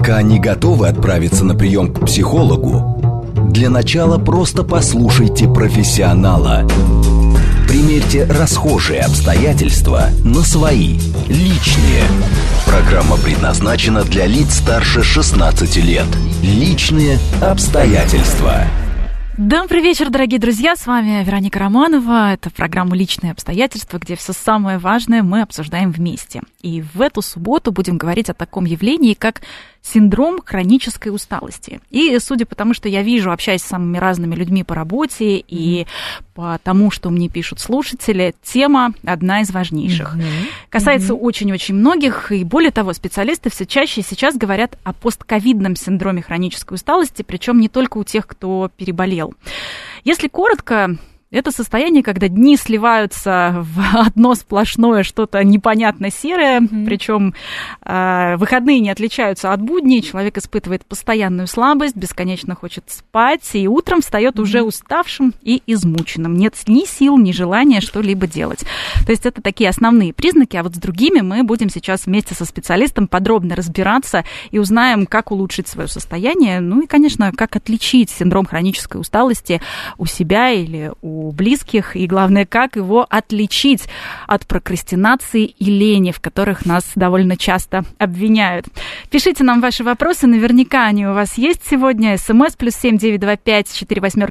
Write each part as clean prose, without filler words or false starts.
Пока не готовы отправиться на прием к психологу, для начала просто послушайте профессионала. Примерьте расхожие обстоятельства на свои, личные. Программа предназначена для лиц старше 16 лет. Личные обстоятельства. Добрый вечер, дорогие друзья, с вами Вероника Романова. Это программа «Личные обстоятельства», где все самое важное мы обсуждаем вместе. И в эту субботу будем говорить о таком явлении, как синдром хронической усталости. И судя по тому, что я вижу, общаясь с самыми разными людьми по работе и по тому, что мне пишут слушатели, тема одна из важнейших. Касается очень-очень многих, и более того, специалисты все чаще сейчас говорят о постковидном синдроме хронической усталости, причем не только у тех, кто переболел. Если коротко, это состояние, когда дни сливаются в одно сплошное что-то непонятно серое, причем выходные не отличаются от будней, человек испытывает постоянную слабость, бесконечно хочет спать, и утром встает уже уставшим и измученным. Нет ни сил, ни желания что-либо делать. То есть это такие основные признаки, а вот с другими мы будем сейчас вместе со специалистом подробно разбираться и узнаем, как улучшить свое состояние, ну и, конечно, как отличить синдром хронической усталости у себя или у близких, и главное, как его отличить от прокрастинации и лени, в которых нас довольно часто обвиняют. Пишите нам ваши вопросы, наверняка они у вас есть сегодня. СМС +7 925 48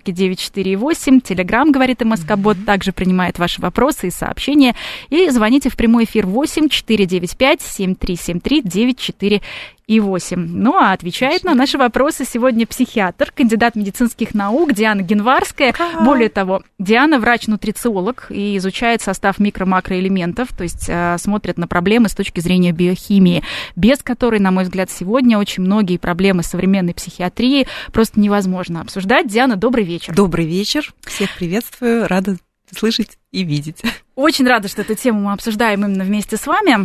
948. Телеграм, говорит МСК-бот, также принимает ваши вопросы и сообщения. И звоните в прямой эфир 8 495 7373 94 и 8. Ну, а отвечает на наши вопросы сегодня психиатр, кандидат медицинских наук Диана Генварская. Более того, Диана врач-нутрициолог и изучает состав микро-макроэлементов, то есть смотрит на проблемы с точки зрения биохимии, без которой, на мой взгляд, сегодня очень многие проблемы современной психиатрии просто невозможно обсуждать. Диана, добрый вечер. Добрый вечер. Всех приветствую. Рада слышать и видеть. Очень рада, что эту тему мы обсуждаем именно вместе с вами.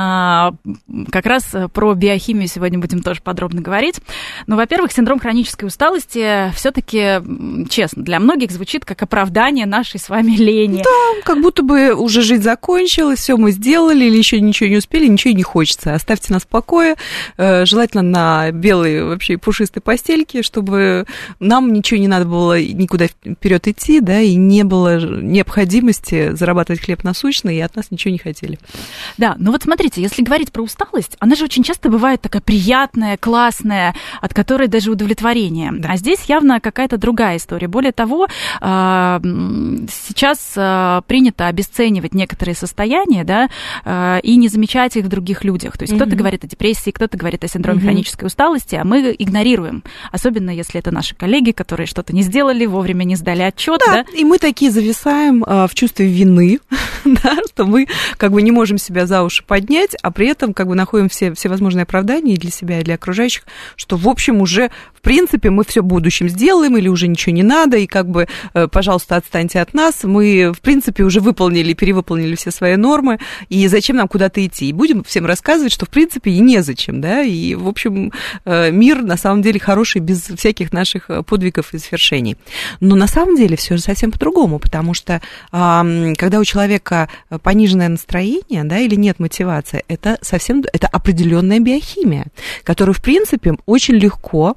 Как раз про биохимию сегодня будем тоже подробно говорить. Но, во-первых, синдром хронической усталости все-таки, честно, для многих звучит как оправдание нашей с вами лени. Да, как будто бы уже жизнь закончилась, все мы сделали, или еще ничего не успели, ничего не хочется. Оставьте нас в покое, желательно на белой вообще пушистой постельке, чтобы нам ничего не надо было никуда вперед идти, да, и не было необходимости зарабатывать хлеб насущный, и от нас ничего не хотели. Да, ну вот смотрите, если говорить про усталость, она же очень часто бывает такая приятная, классная, от которой даже удовлетворение. Да. А здесь явно какая-то другая история. Более того, сейчас принято обесценивать некоторые состояния, да, и не замечать их в других людях. То есть кто-то говорит о депрессии, кто-то говорит о синдроме хронической усталости, а мы игнорируем. Особенно если это наши коллеги, которые что-то не сделали, вовремя не сдали отчет. Да, и мы такие зависаем в чувстве вины, да, что мы как бы не можем себя за уши поднять, а при этом как бы находим все возможные оправдания и для себя, и для окружающих, что, в общем, уже, в принципе, мы все в будущем сделаем, или уже ничего не надо, и как бы, пожалуйста, отстаньте от нас, мы, в принципе, уже выполнили, перевыполнили все свои нормы, и зачем нам куда-то идти? И будем всем рассказывать, что, в принципе, и незачем, да, и, в общем, мир, на самом деле, хороший без всяких наших подвигов и свершений. Но, на самом деле, все же совсем по-другому, потому что, когда у человека пониженное настроение, да, или нет мотивации, это определенная биохимия, которую, в принципе, очень легко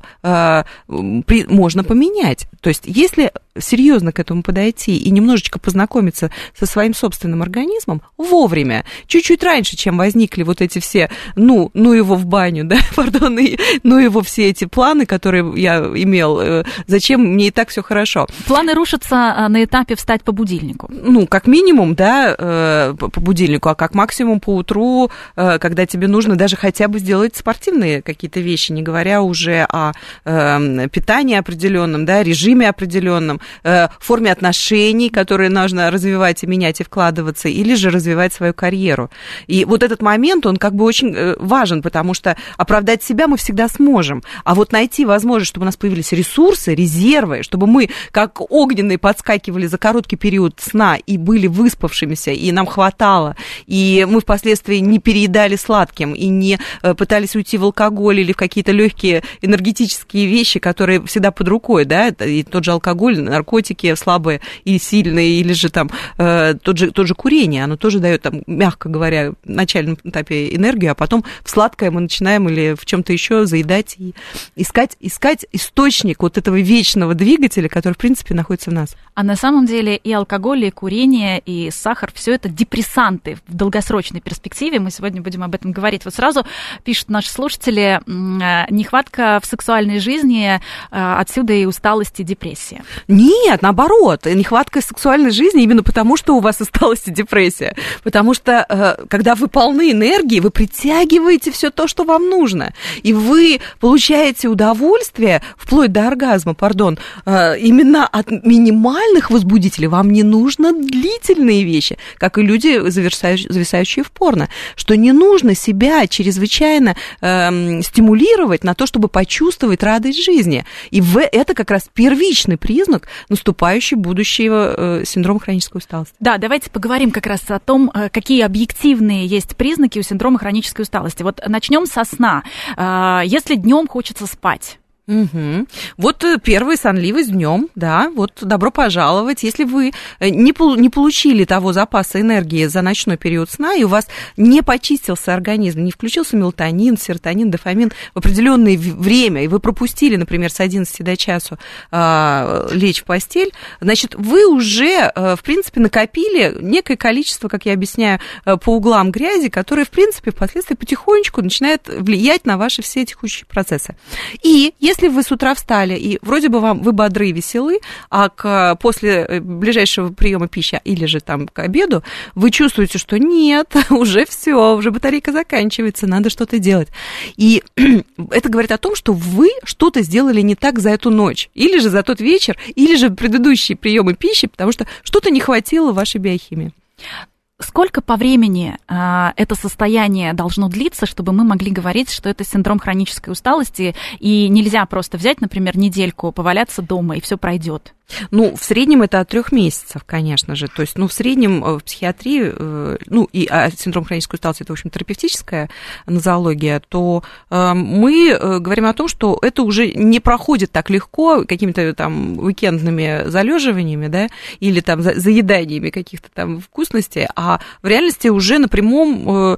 можно поменять. То есть, если серьезно к этому подойти и немножечко познакомиться со своим собственным организмом вовремя, чуть-чуть раньше, чем возникли вот эти все, ну его в баню, да, пардон, ну его все эти планы, которые я имел, зачем мне и так все хорошо. Планы рушатся на этапе встать по будильнику. Ну, как минимум, да, по будильнику, а как максимум по утру, когда тебе нужно даже хотя бы сделать спортивные какие-то вещи, не говоря уже о питании определенном, да, режиме определенном, форме отношений, которые нужно развивать и менять и вкладываться, или же развивать свою карьеру. И вот этот момент, он как бы очень важен, потому что оправдать себя мы всегда сможем, а вот найти возможность, чтобы у нас появились ресурсы, резервы, чтобы мы как огненные подскакивали за короткий период сна и были выспавшимися, и нам хватало, и мы впоследствии не переедали сладким, и не пытались уйти в алкоголь или в какие-то легкие энергетические вещи, которые всегда под рукой, да, и тот же алкоголь наркотики слабые и сильные, или же там тот же курение, оно тоже дает, там, мягко говоря, в начальном этапе энергию, а потом в сладкое мы начинаем или в чем-то еще заедать и искать источник вот этого вечного двигателя, который, в принципе, находится в нас. А на самом деле и алкоголь, и курение, и сахар – все это депрессанты в долгосрочной перспективе. Мы сегодня будем об этом говорить. Вот сразу пишут наши слушатели, нехватка в сексуальной жизни, отсюда и усталость, и депрессия. Нет, наоборот, нехватка сексуальной жизни именно потому, что у вас усталость и депрессия. Потому что, когда вы полны энергии, вы притягиваете все то, что вам нужно. И вы получаете удовольствие, вплоть до оргазма, именно от минимальных возбудителей. Вам не нужно длительные вещи, как и люди, зависающие в порно, что не нужно себя чрезвычайно стимулировать на то, чтобы почувствовать радость жизни. И это как раз первичный признак наступающего будущего синдрома хронической усталости. Да, давайте поговорим как раз о том, какие объективные есть признаки у синдрома хронической усталости. Вот начнем со сна. Если днем хочется спать. Угу. Вот первая сонливость днем, да, вот добро пожаловать. Если вы не получили того запаса энергии за ночной период сна, и у вас не почистился организм, не включился мелатонин, серотонин, дофамин в определенное время, и вы пропустили, например, с 11 до часу лечь в постель, значит, вы уже, в принципе, накопили некое количество, как я объясняю, по углам грязи, которое, в принципе, впоследствии потихонечку начинает влиять на ваши все текущие процессы. И если вы с утра встали, и вроде бы вы бодры и веселы, а после ближайшего приема пищи или же там к обеду вы чувствуете, что нет, уже все, уже батарейка заканчивается, надо что-то делать. И это говорит о том, что вы что-то сделали не так за эту ночь, или же за тот вечер, или же предыдущие приемы пищи, потому что что-то не хватило в вашей биохимии. Сколько по времени это состояние должно длиться, чтобы мы могли говорить, что это синдром хронической усталости, и нельзя просто взять, например, недельку, поваляться дома, и все пройдет? Ну, в среднем это от 3 месяцев, конечно же. То есть, в среднем в психиатрии, синдром хронической усталости – это, в общем, терапевтическая нозология, то мы говорим о том, что это уже не проходит так легко какими-то там уикендными залеживаниями, да, или там заеданиями каких-то там вкусностей, а в реальности уже на прямом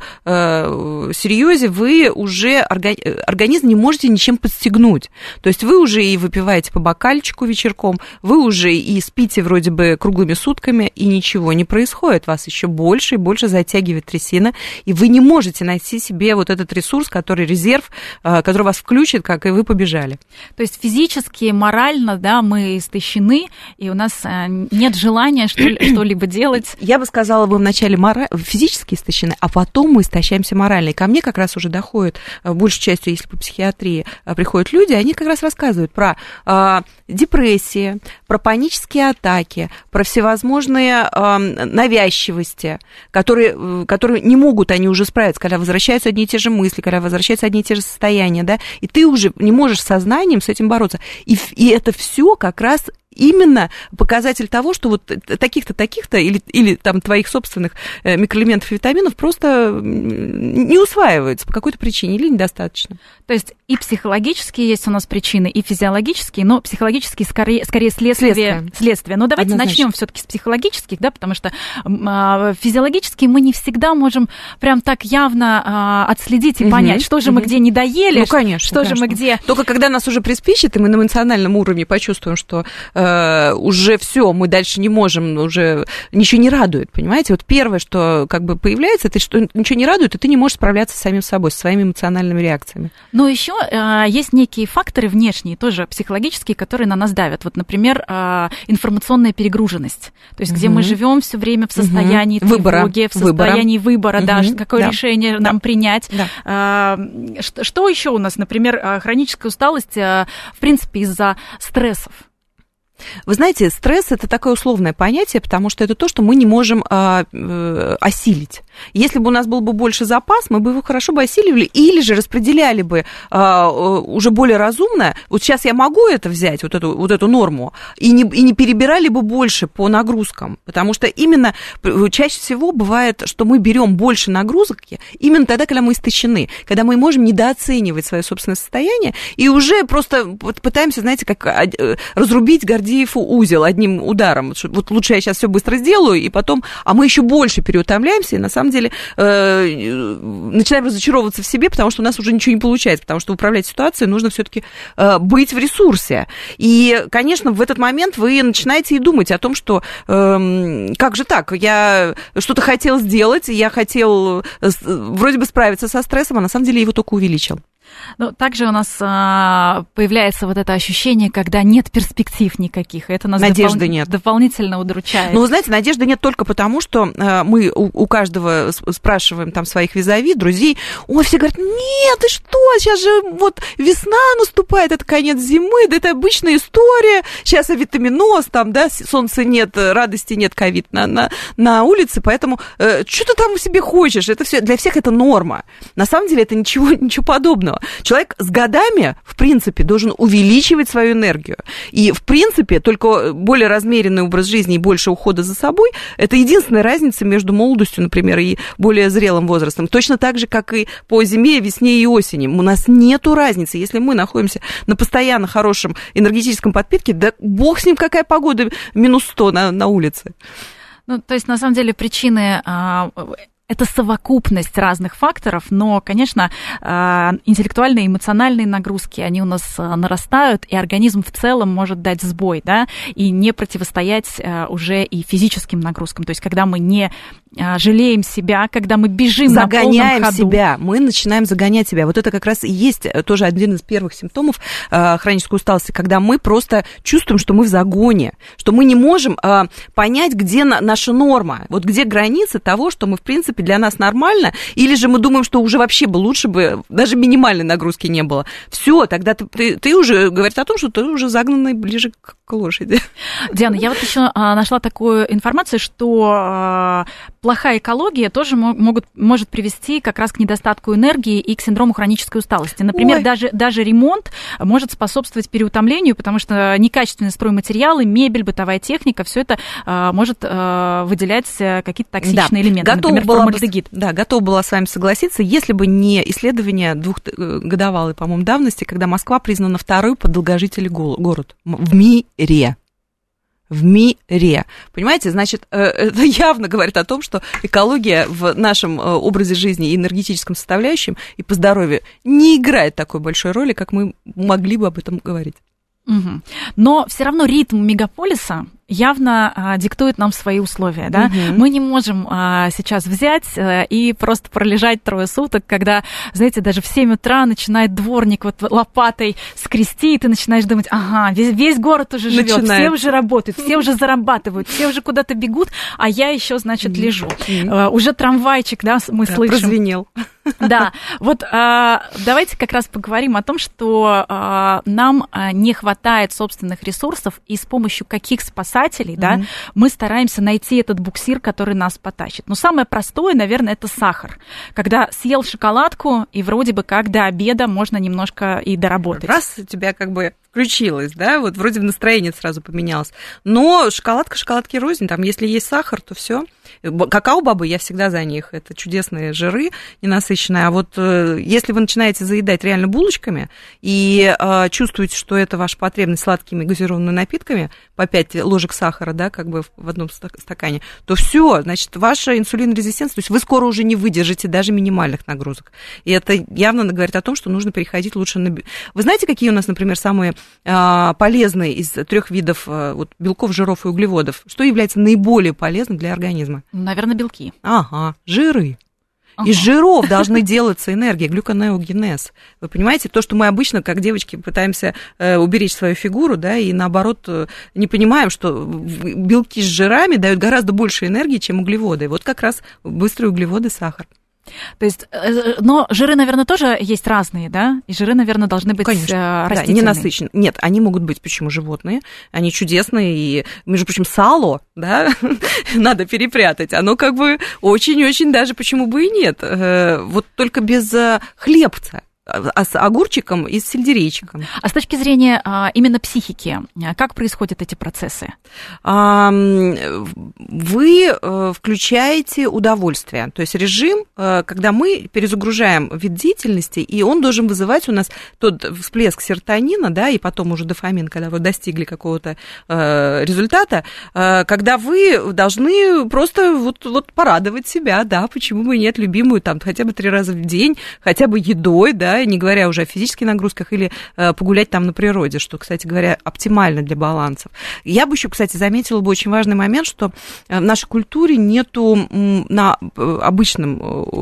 серьезе вы уже организм не можете ничем подстегнуть. То есть вы уже и выпиваете по бокальчику вечерком, вы уже и спите вроде бы круглыми сутками, и ничего не происходит. Вас еще больше и больше затягивает трясина, и вы не можете найти себе вот этот ресурс, резерв, который вас включит, как и вы побежали. То есть физически, морально, да, мы истощены, и у нас нет желания что-либо делать. Я бы сказала, вы вначале физически истощены, а потом мы истощаемся морально. И ко мне как раз уже доходит, большей частью, если по психиатрии приходят люди, они как раз рассказывают про депрессии, про панические атаки, про всевозможные навязчивости, которые не могут они уже справиться, когда возвращаются одни и те же мысли, когда возвращаются одни и те же состояния, да, и ты уже не можешь сознанием с этим бороться. И это все как раз именно показатель того, что вот таких-то или там твоих собственных микроэлементов и витаминов просто не усваивается по какой-то причине или недостаточно. То есть и психологические есть у нас причины, и физиологические, но психологические скорее следствие. Но давайте начнем все-таки с психологических, да, потому что физиологические мы не всегда можем прям так явно отследить и понять, что же мы где не доели, ну, конечно, что же мы где... Только когда нас уже приспичит, и мы на эмоциональном уровне почувствуем, что уже все, мы дальше не можем, уже ничего не радует, понимаете? Вот первое, что как бы появляется, это что ничего не радует, и ты не можешь справляться с самим собой, со своими эмоциональными реакциями. Но еще есть некие факторы внешние, тоже психологические, которые на нас давят. Вот, например, информационная перегруженность, то есть где мы живем все время в состоянии тревоги, в состоянии выбора, да, какое решение нам принять. Да. Что еще у нас, например, хроническая усталость, в принципе, из-за стрессов? Вы знаете, стресс – это такое условное понятие, потому что это то, что мы не можем осилить. Если бы у нас был бы больше запас, мы бы его хорошо бы осиливали или же распределяли бы уже более разумно. Вот сейчас я могу это взять, вот эту норму, и не перебирали бы больше по нагрузкам, потому что именно чаще всего бывает, что мы берем больше нагрузок именно тогда, когда мы истощены, когда мы можем недооценивать свое собственное состояние и уже просто пытаемся, знаете, как разрубить Гордиев узел одним ударом. Вот лучше я сейчас все быстро сделаю, и потом, а мы еще больше переутомляемся, и на самом деле начинаем разочаровываться в себе, потому что у нас уже ничего не получается, потому что управлять ситуацией нужно все-таки быть в ресурсе. И, конечно, в этот момент вы начинаете и думать о том, что как же так, я что-то хотел сделать, я хотел вроде бы справиться со стрессом, а на самом деле его только увеличил. Ну, также у нас появляется вот это ощущение, когда нет перспектив никаких. Это нас дополнительно удручает. Ну, вы знаете, надежды нет только потому, что мы у каждого спрашиваем там своих визави, друзей. Ой, все говорят, нет, ты что, сейчас же вот весна наступает, это конец зимы, да это обычная история. Сейчас авитаминоз, там, да, солнца нет, радости нет, ковид на улице, поэтому что ты там себе хочешь? Это все для всех это норма. На самом деле это ничего подобного. Человек с годами, в принципе, должен увеличивать свою энергию. И, в принципе, только более размеренный образ жизни и больше ухода за собой – это единственная разница между молодостью, например, и более зрелым возрастом. Точно так же, как и по зиме, весне и осени. У нас нету разницы. Если мы находимся на постоянно хорошем энергетическом подпитке, да бог с ним, какая погода, минус 100 на улице. Ну, то есть, на самом деле, причины... Это совокупность разных факторов, но, конечно, интеллектуальные, эмоциональные нагрузки, они у нас нарастают, и организм в целом может дать сбой, да, и не противостоять уже и физическим нагрузкам. То есть, когда мы не жалеем себя, когда мы бежим на полном ходу. Загоняем себя, мы начинаем загонять себя. Вот это как раз и есть тоже один из первых симптомов хронической усталости, когда мы просто чувствуем, что мы в загоне, что мы не можем понять, где наша норма, вот где границы того, что мы, в принципе, для нас нормально, или же мы думаем, что уже вообще бы лучше бы даже минимальной нагрузки не было. Все, тогда ты уже говоришь о том, что ты уже загнанный ближе к лошади. Диана, я вот еще нашла такую информацию, что плохая экология тоже может привести как раз к недостатку энергии и к синдрому хронической усталости. Например, даже ремонт может способствовать переутомлению, потому что некачественные стройматериалы, мебель, бытовая техника, все это может выделять какие-то токсичные элементы. Например, формальдегид. Да, готова была с вами согласиться, если бы не исследование двухгодовалой, по-моему, давности, когда Москва признана второй по долгожителю город в мире. В мире. Понимаете, значит, это явно говорит о том, что экология в нашем образе жизни и энергетическом составляющем и по здоровью не играет такой большой роли, как мы могли бы об этом говорить. Угу. Но все равно ритм мегаполиса явно диктует нам свои условия, да? Угу. Мы не можем сейчас взять и просто пролежать 3 суток, когда, знаете, даже в 7 утра начинает дворник вот лопатой скрести, и ты начинаешь думать, ага, весь город уже живет, все уже работают, все уже зарабатывают, все уже куда-то бегут, а я еще, значит, лежу. Уже трамвайчик, да, мы слышим. Прозвенел. Да, вот давайте как раз поговорим о том, что нам не хватает собственных ресурсов, и с помощью каких спасателей, да, мы стараемся найти этот буксир, который нас потащит. Но самое простое, наверное, это сахар. Когда съел шоколадку, и вроде бы как до обеда можно немножко и доработать. Раз у тебя как бы включилось, да, вот вроде бы настроение сразу поменялось. Но шоколадки рознь, там, если есть сахар, то все. Какао-бобы, я всегда за них, это чудесные жиры ненасыщенные. А вот если вы начинаете заедать реально булочками и чувствуете, что это ваша потребность сладкими газированными напитками, по 5 ложек сахара, да, как бы в одном стакане, то все, значит, ваша инсулинорезистентность, то есть вы скоро уже не выдержите даже минимальных нагрузок. И это явно говорит о том, что нужно переходить лучше на... Вы знаете, какие у нас, например, самые полезные из 3 видов вот, белков, жиров и углеводов? Что является наиболее полезным для организма? Наверное, белки. Ага, жиры. Из жиров должны делаться энергия, глюконеогенез. Вы понимаете, то, что мы обычно, как девочки, пытаемся уберечь свою фигуру, да, и наоборот не понимаем, что белки с жирами дают гораздо больше энергии, чем углеводы. Вот как раз быстрые углеводы, сахар. То есть, но жиры, наверное, тоже есть разные, да? И жиры, наверное, должны быть растительные. Да, ненасыщенные. Нет, они могут быть, почему животные? Они чудесные, и, между прочим, сало, да, надо перепрятать. Оно как бы очень-очень даже, почему бы и нет. Вот только без хлебца. А с огурчиком и с сельдерейчиком. А с точки зрения именно психики, как происходят эти процессы? Вы включаете удовольствие. То есть режим, когда мы перезагружаем вид деятельности, и он должен вызывать у нас тот всплеск серотонина, да, и потом уже дофамин, когда вы достигли какого-то результата, когда вы должны просто вот порадовать себя, да, почему бы и нет, любимую там хотя бы 3 раза в день, хотя бы едой, да, не говоря уже о физических нагрузках, или погулять там на природе, что, кстати говоря, оптимально для балансов. Я бы еще, кстати, заметила бы очень важный момент, что в нашей культуре нету на обычном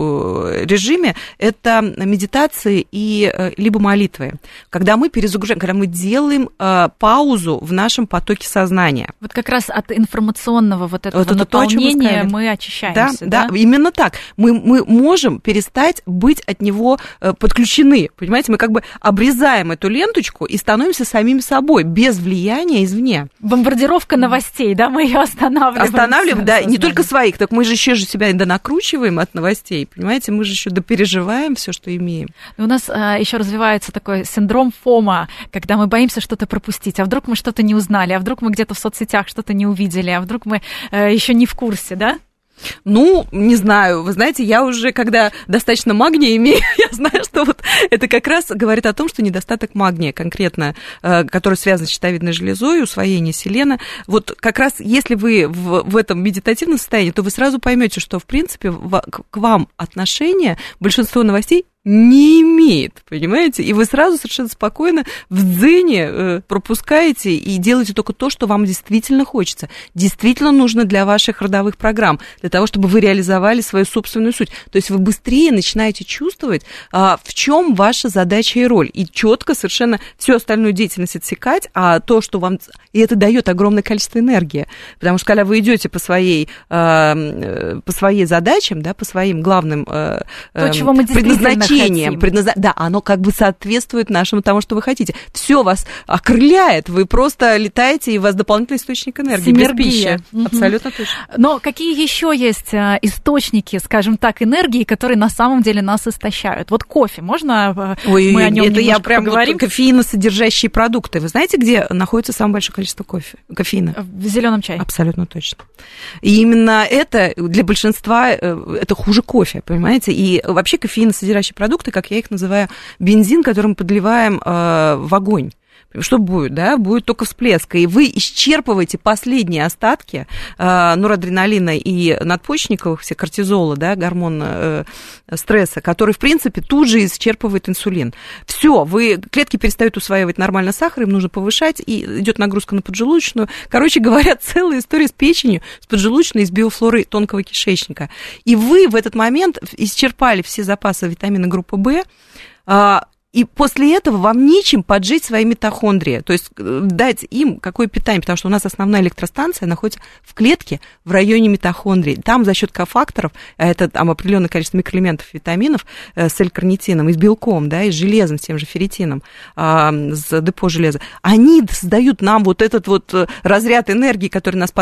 режиме это медитации и либо молитвы. Когда мы перезагружаем, когда мы делаем паузу в нашем потоке сознания. Вот как раз от информационного вот этого наполнения мы очищаемся, да? Да, именно так. Мы можем перестать быть от него подключены. Понимаете, мы как бы обрезаем эту ленточку и становимся самими собой, без влияния извне. Бомбардировка новостей, да, мы ее останавливаем. Останавливаем, да, не только своих, так мы же еще себя донакручиваем от новостей, понимаете, мы же еще допереживаем все, что имеем. У нас еще развивается такой синдром ФОМО, когда мы боимся что-то пропустить, а вдруг мы что-то не узнали, а вдруг мы где-то в соцсетях что-то не увидели, а вдруг мы еще не в курсе, да? Ну, не знаю, вы знаете, я уже, когда достаточно магния имею, я знаю, что вот это как раз говорит о том, что недостаток магния конкретно, который связан с щитовидной железой, усвоение селена, вот как раз если вы в этом медитативном состоянии, то вы сразу поймете, что, в принципе, к вам отношение большинство новостей не имеет, понимаете? И вы сразу совершенно спокойно в дзене пропускаете и делаете только то, что вам действительно хочется, действительно нужно для ваших родовых программ, для того, чтобы вы реализовали свою собственную суть. То есть вы быстрее начинаете чувствовать, в чем ваша задача и роль, и четко совершенно всю остальную деятельность отсекать, а то, что вам... И это дает огромное количество энергии, потому что когда вы идете по своим задачам, да, по своим главным предназначениям, да, оно как бы соответствует нашему тому, что вы хотите. Все вас окрыляет, вы просто летаете, и у вас дополнительный источник энергии. Синергия. Без пищи. Абсолютно точно. Но какие еще есть источники, скажем так, энергии, которые на самом деле нас истощают? Вот кофе, можно мы о нем немножко поговорим? Вот кофеиносодержащие продукты. Вы знаете, где находится самое большое количество кофеина? В зеленом чае. Абсолютно точно. И именно это для большинства это хуже кофе, понимаете? И вообще кофеиносодержащие продукты, как я их называю, бензин, который мы подливаем в огонь. Что будет, да? Будет только всплеск. И вы исчерпываете последние остатки норадреналина и надпочечниковых, все кортизола, да, гормон стресса, который, в принципе, тут же исчерпывает инсулин. Все, клетки перестают усваивать нормально сахар, им нужно повышать, и идет нагрузка на поджелудочную. Короче говоря, целая история с печенью, с поджелудочной, с биофлорой тонкого кишечника. И вы в этот момент исчерпали все запасы витамина группы В, и после этого вам нечем поджечь свои митохондрии, то есть дать им какое питание, потому что у нас основная электростанция находится в клетке в районе митохондрий. Там за счет кофакторов, это там определенное количество микроэлементов, витаминов с L-карнитином, и с белком, да, и с железом, с тем же ферритином, с депо железа, они создают нам вот этот вот разряд энергии, который нас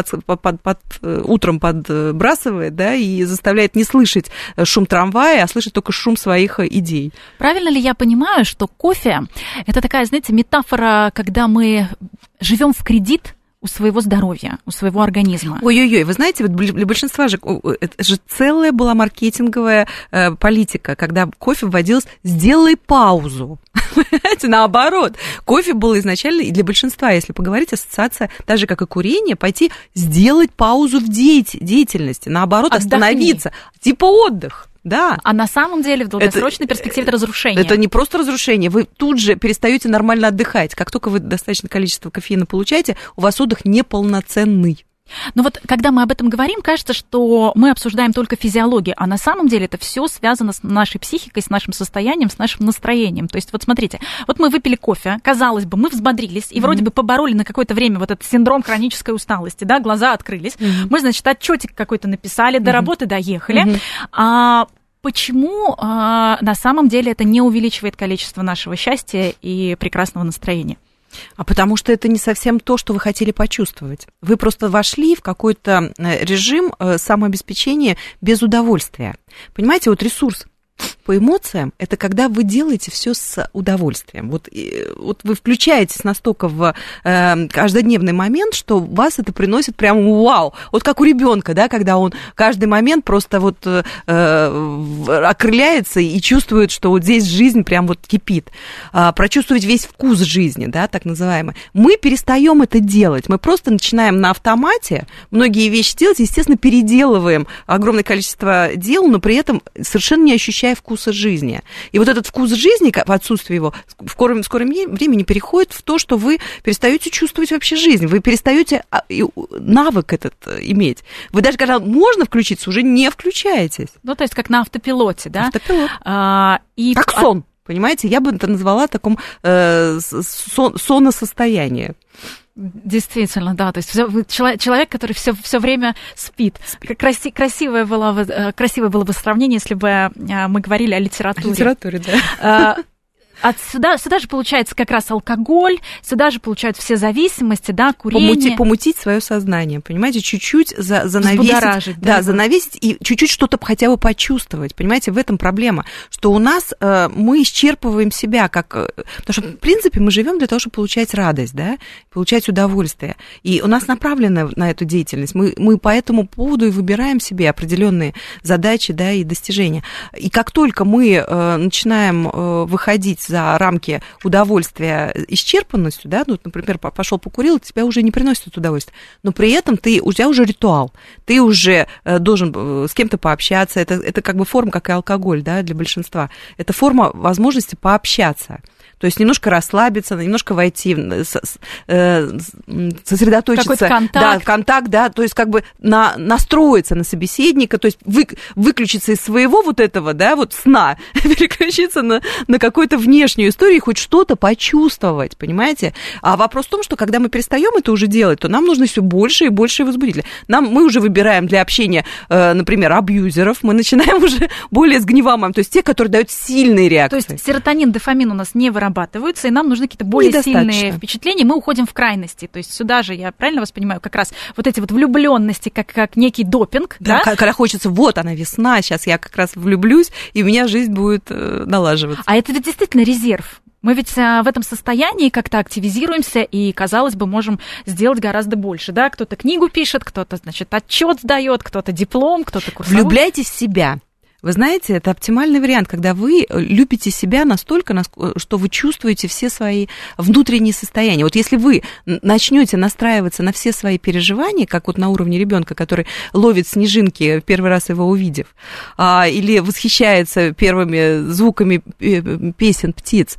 утром подбрасывает, да, и заставляет не слышать шум трамвая, а слышать только шум своих идей. Правильно ли я понимаю, что кофе – это такая, знаете, метафора, когда мы живем в кредит у своего здоровья, у своего организма? Ой-ой-ой, вы знаете, вот для большинства же это же целая была маркетинговая политика, когда кофе вводилось «сделай паузу». Понимаете, наоборот. Кофе было изначально, и для большинства, если поговорить, ассоциация, так же, как и курение, пойти сделать паузу в деятельности, наоборот, остановиться, типа отдых. Да. А на самом деле в долгосрочной перспективе это разрушение. Это не просто разрушение, вы тут же перестаете нормально отдыхать. Как только вы достаточное количество кофеина получаете, у вас отдых неполноценный. Но вот когда мы об этом говорим, кажется, что мы обсуждаем только физиологию, а на самом деле это все связано с нашей психикой, с нашим состоянием, с нашим настроением. То есть вот смотрите, вот мы выпили кофе, казалось бы, мы взбодрились и вроде бы побороли на какое-то время вот этот синдром хронической усталости, да, глаза открылись, мы, значит, отчетик какой-то написали, до работы доехали, почему на самом деле это не увеличивает количество нашего счастья и прекрасного настроения? А потому что это не совсем то, что вы хотели почувствовать. Вы просто вошли в какой-то режим самообеспечения без удовольствия. Понимаете, вот ресурс по эмоциям – это когда вы делаете все с удовольствием. Вот вы включаетесь настолько в каждодневный момент, что вас это приносит прям вау. Вот как у ребенка, да, когда он каждый момент просто вот окрыляется и чувствует, что вот здесь жизнь прям вот кипит. Прочувствовать весь вкус жизни, да, так называемый. Мы перестаем это делать. Мы просто начинаем на автомате многие вещи делать, естественно, переделываем огромное количество дел, но при этом совершенно не ощущая вкуса жизни. И вот этот вкус жизни, в отсутствии его, в скором времени переходит в то, что вы перестаете чувствовать вообще жизнь, вы перестаете навык этот иметь. Вы даже когда можно включиться, уже не включаетесь. Ну, то есть как на автопилоте, да? Автопилот. Как сон, понимаете? Я бы это назвала таком соносостоянии. Действительно, да, то есть человек, который все время спит. Красивое было бы сравнение, если бы мы говорили о литературе. О литературе, да. Сюда же получается как раз алкоголь, сюда же получаются все зависимости, да, курение. Помутить свое сознание, понимаете, чуть-чуть занавесить, да, занавесить и чуть-чуть что-то хотя бы почувствовать, понимаете, в этом проблема, что у нас мы исчерпываем себя, потому что, в принципе, мы живем для того, чтобы получать радость, да, получать удовольствие, и у нас направлено на эту деятельность, мы по этому поводу и выбираем себе определенные задачи, да, и достижения, и как только мы начинаем выходить за рамки удовольствия исчерпанностью, да, ну, например, пошел покурил, тебя уже не приносит это удовольствие, но при этом у тебя уже ритуал, ты уже должен с кем-то пообщаться, это как бы форма, как и алкоголь, да, для большинства, это форма возможности пообщаться. То есть немножко расслабиться, немножко войти, сосредоточиться. Какой-то контакт. Да, контакт, да, то есть как бы настроиться на собеседника, то есть выключиться из своего вот этого, да, вот сна, переключиться на какую-то внешнюю историю, хоть что-то почувствовать, понимаете? А вопрос в том, что когда мы перестаем это уже делать, то нам нужно все больше и больше возбудителей. Мы уже выбираем для общения, например, абьюзеров, мы начинаем уже более сгниваемым, то есть те, которые дают сильные реакции. То есть серотонин, дофамин у нас не вырабатываются, и нам нужны какие-то более сильные впечатления, мы уходим в крайности. То есть сюда же, я правильно вас понимаю, как раз вот эти вот влюбленности, как некий допинг. Да, когда хочется, вот она весна, сейчас я как раз влюблюсь, и у меня жизнь будет налаживаться. А это действительно резерв. Мы ведь в этом состоянии как-то активизируемся и, казалось бы, можем сделать гораздо больше, да? Кто-то книгу пишет, кто-то, значит, отчет сдает, кто-то диплом, кто-то курсовой. Влюбляйтесь в себя. Вы знаете, это оптимальный вариант, когда вы любите себя настолько, что вы чувствуете все свои внутренние состояния. Вот если вы начнете настраиваться на все свои переживания, как вот на уровне ребенка, который ловит снежинки, первый раз его увидев, или восхищается первыми звуками песен птиц,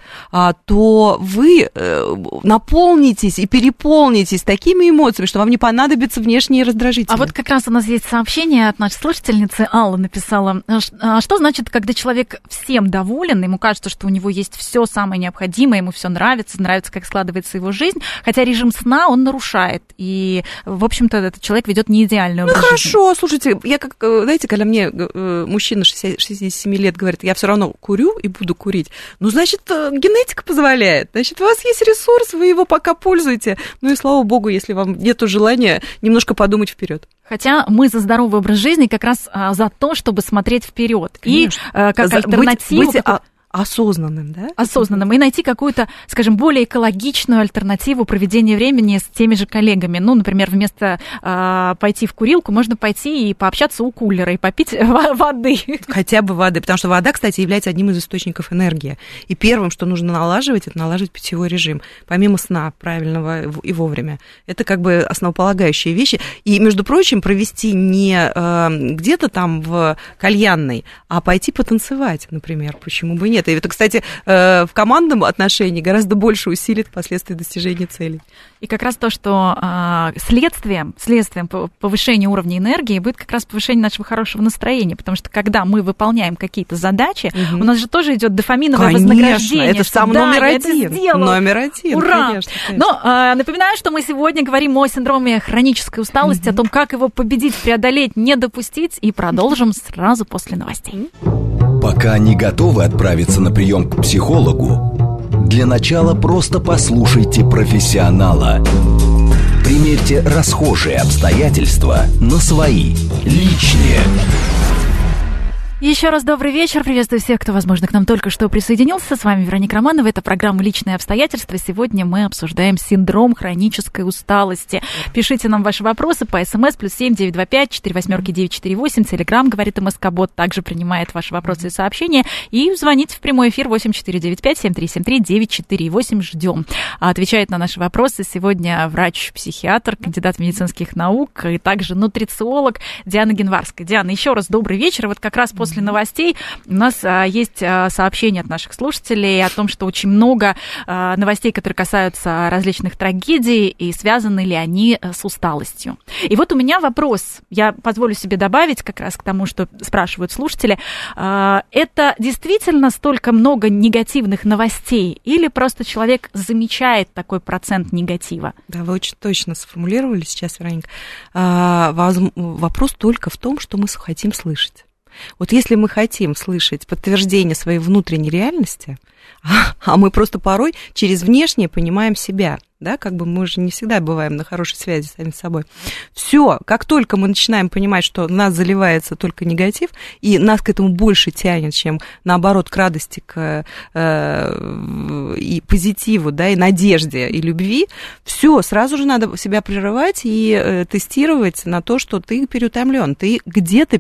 то вы наполнитесь и переполнитесь такими эмоциями, что вам не понадобятся внешние раздражители. А вот как раз у нас есть сообщение от нашей слушательницы. Алла написала: что значит, когда человек всем доволен, ему кажется, что у него есть все самое необходимое, ему все нравится, как складывается его жизнь, хотя режим сна он нарушает, и, в общем-то, этот человек ведет не идеальную жизнь. Хорошо, слушайте, я как, знаете, когда мне мужчина 67 лет говорит, я все равно курю и буду курить, ну, значит, генетика позволяет, значит, у вас есть ресурс, вы его пока пользуете, ну и слава богу, если вам нету желания немножко подумать вперед. Хотя мы за здоровый образ жизни как раз за то, чтобы смотреть вперед. И как альтернативу... Быть осознанным, да? Осознанным. И найти какую-то, скажем, более экологичную альтернативу проведения времени с теми же коллегами. Ну, например, вместо пойти в курилку, можно пойти и пообщаться у кулера, и попить воды. Хотя бы воды, потому что вода, кстати, является одним из источников энергии. И первым, что нужно налаживать, это налаживать питьевой режим. Помимо сна правильного и вовремя. Это как бы основополагающие вещи. И, между прочим, провести не где-то там в кальянной, а пойти потанцевать, например. Почему бы и нет? нет. И это, кстати, в командном отношении гораздо больше усилит впоследствии достижения целей. И как раз то, что следствием повышения уровня энергии будет как раз повышение нашего хорошего настроения, потому что когда мы выполняем какие-то задачи, у нас же тоже идет дофаминовое вознаграждение. Это сам номер один. Ура! Конечно. Но напоминаю, что мы сегодня говорим о синдроме хронической усталости, о том, как его победить, преодолеть, не допустить, и продолжим сразу после новостей. Пока не готовы отправиться на прием к психологу, для начала просто послушайте профессионала. Примерьте расхожие обстоятельства на свои, личные. Еще раз добрый вечер. Приветствую всех, кто, возможно, к нам только что присоединился. С вами Вероника Романова. Это программа «Личные обстоятельства». Сегодня мы обсуждаем синдром хронической усталости. Пишите нам ваши вопросы по СМС +7 925 48 948. Телеграм, говорит МСК-бот, также принимает ваши вопросы и сообщения. И звоните в прямой эфир 8495 7373 948. Ждем. Отвечает на наши вопросы сегодня врач-психиатр, кандидат медицинских наук и также нутрициолог Диана Генварская. Диана, еще раз добрый вечер. Вот как раз после новостей у нас есть сообщения от наших слушателей о том, что очень много новостей, которые касаются различных трагедий, и связаны ли они с усталостью. И вот у меня вопрос, я позволю себе добавить как раз к тому, что спрашивают слушатели. Это действительно столько много негативных новостей или просто человек замечает такой процент негатива? Да, вы очень точно сформулировали сейчас, Вероника. Вопрос только в том, что мы хотим слышать. Вот если мы хотим слышать подтверждение своей внутренней реальности, а мы просто порой через внешнее понимаем себя, да, как бы мы же не всегда бываем на хорошей связи с самим собой. Все, как только мы начинаем понимать, что нас заливается только негатив, и нас к этому больше тянет, чем наоборот к радости, и позитиву, да, и надежде, и любви, все, сразу же надо себя прерывать и тестировать на то, что ты переутомлен, ты где-то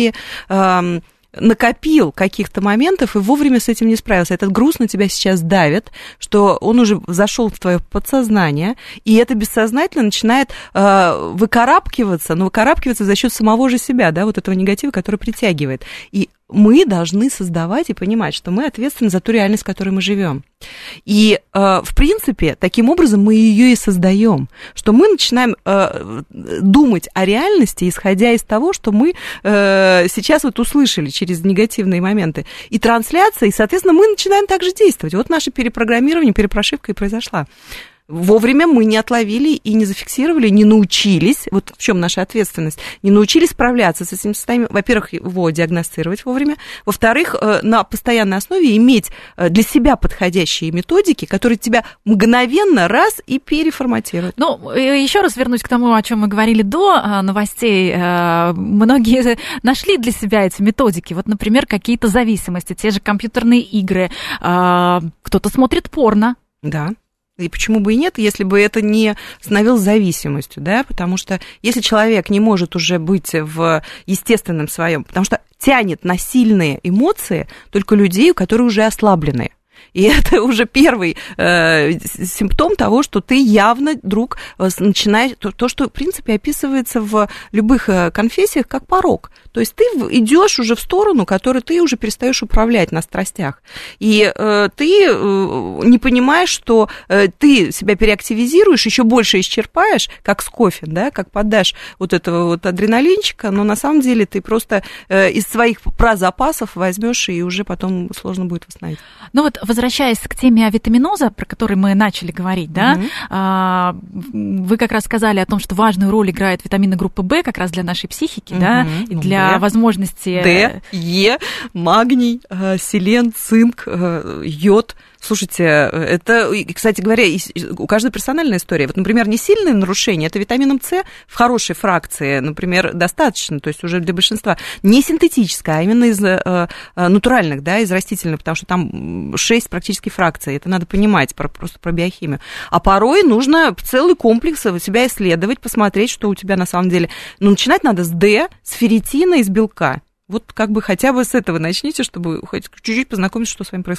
накопил каких-то моментов и вовремя с этим не справился. Этот груз на тебя сейчас давит, что он уже зашел в твое подсознание, и это бессознательно начинает выкарабкиваться, но выкарабкиваться за счет самого же себя, да, вот этого негатива, который притягивает. И мы должны создавать и понимать, что мы ответственны за ту реальность, в которой мы живем. И, в принципе, таким образом мы ее и создаем, что мы начинаем думать о реальности, исходя из того, что мы сейчас вот услышали через негативные моменты. И трансляция, и, соответственно, мы начинаем также действовать. Вот наше перепрограммирование, перепрошивка и произошла. Вовремя мы не отловили и не зафиксировали, не научились, вот в чем наша ответственность, не научились справляться с этим состоянием, во-первых, его диагностировать вовремя, во-вторых, на постоянной основе иметь для себя подходящие методики, которые тебя мгновенно раз и переформатируют. Ну, еще раз вернусь к тому, о чем мы говорили до новостей. Многие нашли для себя эти методики, вот, например, какие-то зависимости, те же компьютерные игры, кто-то смотрит порно. Да. И почему бы и нет, если бы это не становилось зависимостью, да, потому что если человек не может уже быть в естественном своем, потому что тянет на сильные эмоции только людей, которые уже ослаблены. И это уже первый симптом того, что ты явно, друг, начинаешь... То, что, в принципе, описывается в любых конфессиях как порок. То есть ты идешь уже в сторону, которую ты уже перестаешь управлять на страстях. И ты не понимаешь, что ты себя переактивизируешь, еще больше исчерпаешь, как с кофе, да, как подашь вот этого вот адреналинчика, но на самом деле ты просто из своих прозапасов возьмешь, и уже потом сложно будет восстановить. Ну вот, возвращаясь к теме авитаминоза, про который мы начали говорить, да, вы как раз сказали о том, что важную роль играет витамины группы В как раз для нашей психики, да, и для возможности... Д, Е, магний, селен, цинк, йод. Слушайте, это, кстати говоря, у каждой персональная история. Вот, например, не сильные нарушения, это витамином С в хорошей фракции, например, достаточно, то есть уже для большинства. Не синтетическая, а именно из натуральных, да, из растительных, потому что там 6 практически фракций, это надо понимать просто про биохимию. А порой нужно целый комплекс себя исследовать, посмотреть, что у тебя на самом деле... Ну, начинать надо с Д, с ферритина и с белка. Вот как бы хотя бы с этого начните, чтобы хоть чуть-чуть познакомиться, что с вами происходит.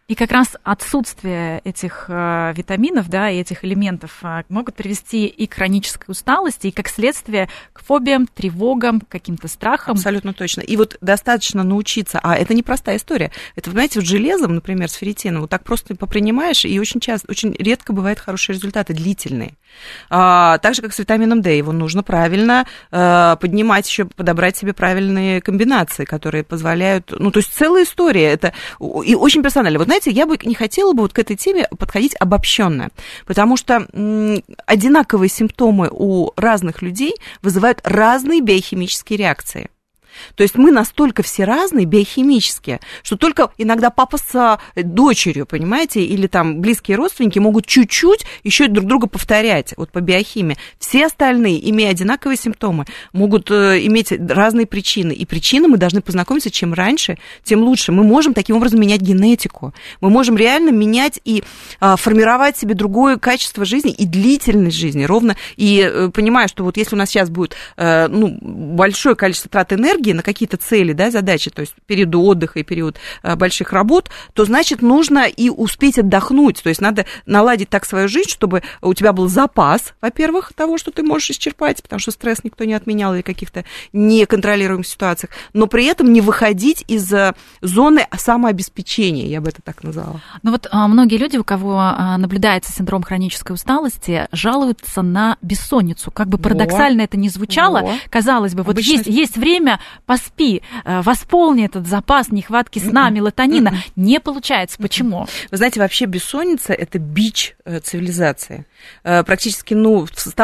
И как раз отсутствие этих витаминов, да, и этих элементов могут привести и к хронической усталости, и как следствие к фобиям, тревогам, каким-то страхам. Абсолютно точно. И вот достаточно научиться, а это непростая история. Это, знаете, вот железом, например, с ферритином, вот так просто попринимаешь, и очень часто, очень редко бывают хорошие результаты, длительные. Так же, как с витамином D, его нужно правильно поднимать, еще подобрать себе правильные комбинации, которые позволяют, ну, то есть целая история, это и очень персонально. Вот знаете, я бы не хотела бы вот к этой теме подходить обобщенно, потому что одинаковые симптомы у разных людей вызывают разные биохимические реакции. То есть мы настолько все разные биохимически, что только иногда папа с дочерью, понимаете, или там близкие родственники могут чуть-чуть еще друг друга повторять вот по биохимии. Все остальные, имея одинаковые симптомы, могут иметь разные причины. И причины мы должны познакомиться, чем раньше, тем лучше. Мы можем таким образом менять генетику. Мы можем реально менять и формировать себе другое качество жизни и длительность жизни. Ровно. И понимая, что вот если у нас сейчас будет большое количество трат энергии на какие-то цели, да, задачи, то есть период отдыха и период больших работ, то, значит, нужно и успеть отдохнуть, то есть надо наладить так свою жизнь, чтобы у тебя был запас, во-первых, того, что ты можешь исчерпать, потому что стресс никто не отменял или каких-то неконтролируемых ситуациях, но при этом не выходить из зоны самообеспечения, я бы это так назвала. Ну вот многие люди, у кого наблюдается синдром хронической усталости, жалуются на бессонницу. Как бы парадоксально это ни звучало, казалось бы, вот есть время, поспи, восполни этот запас нехватки сна, мелатонина. Не получается. Почему? Вы знаете, вообще бессонница – это бич цивилизации. Практически, в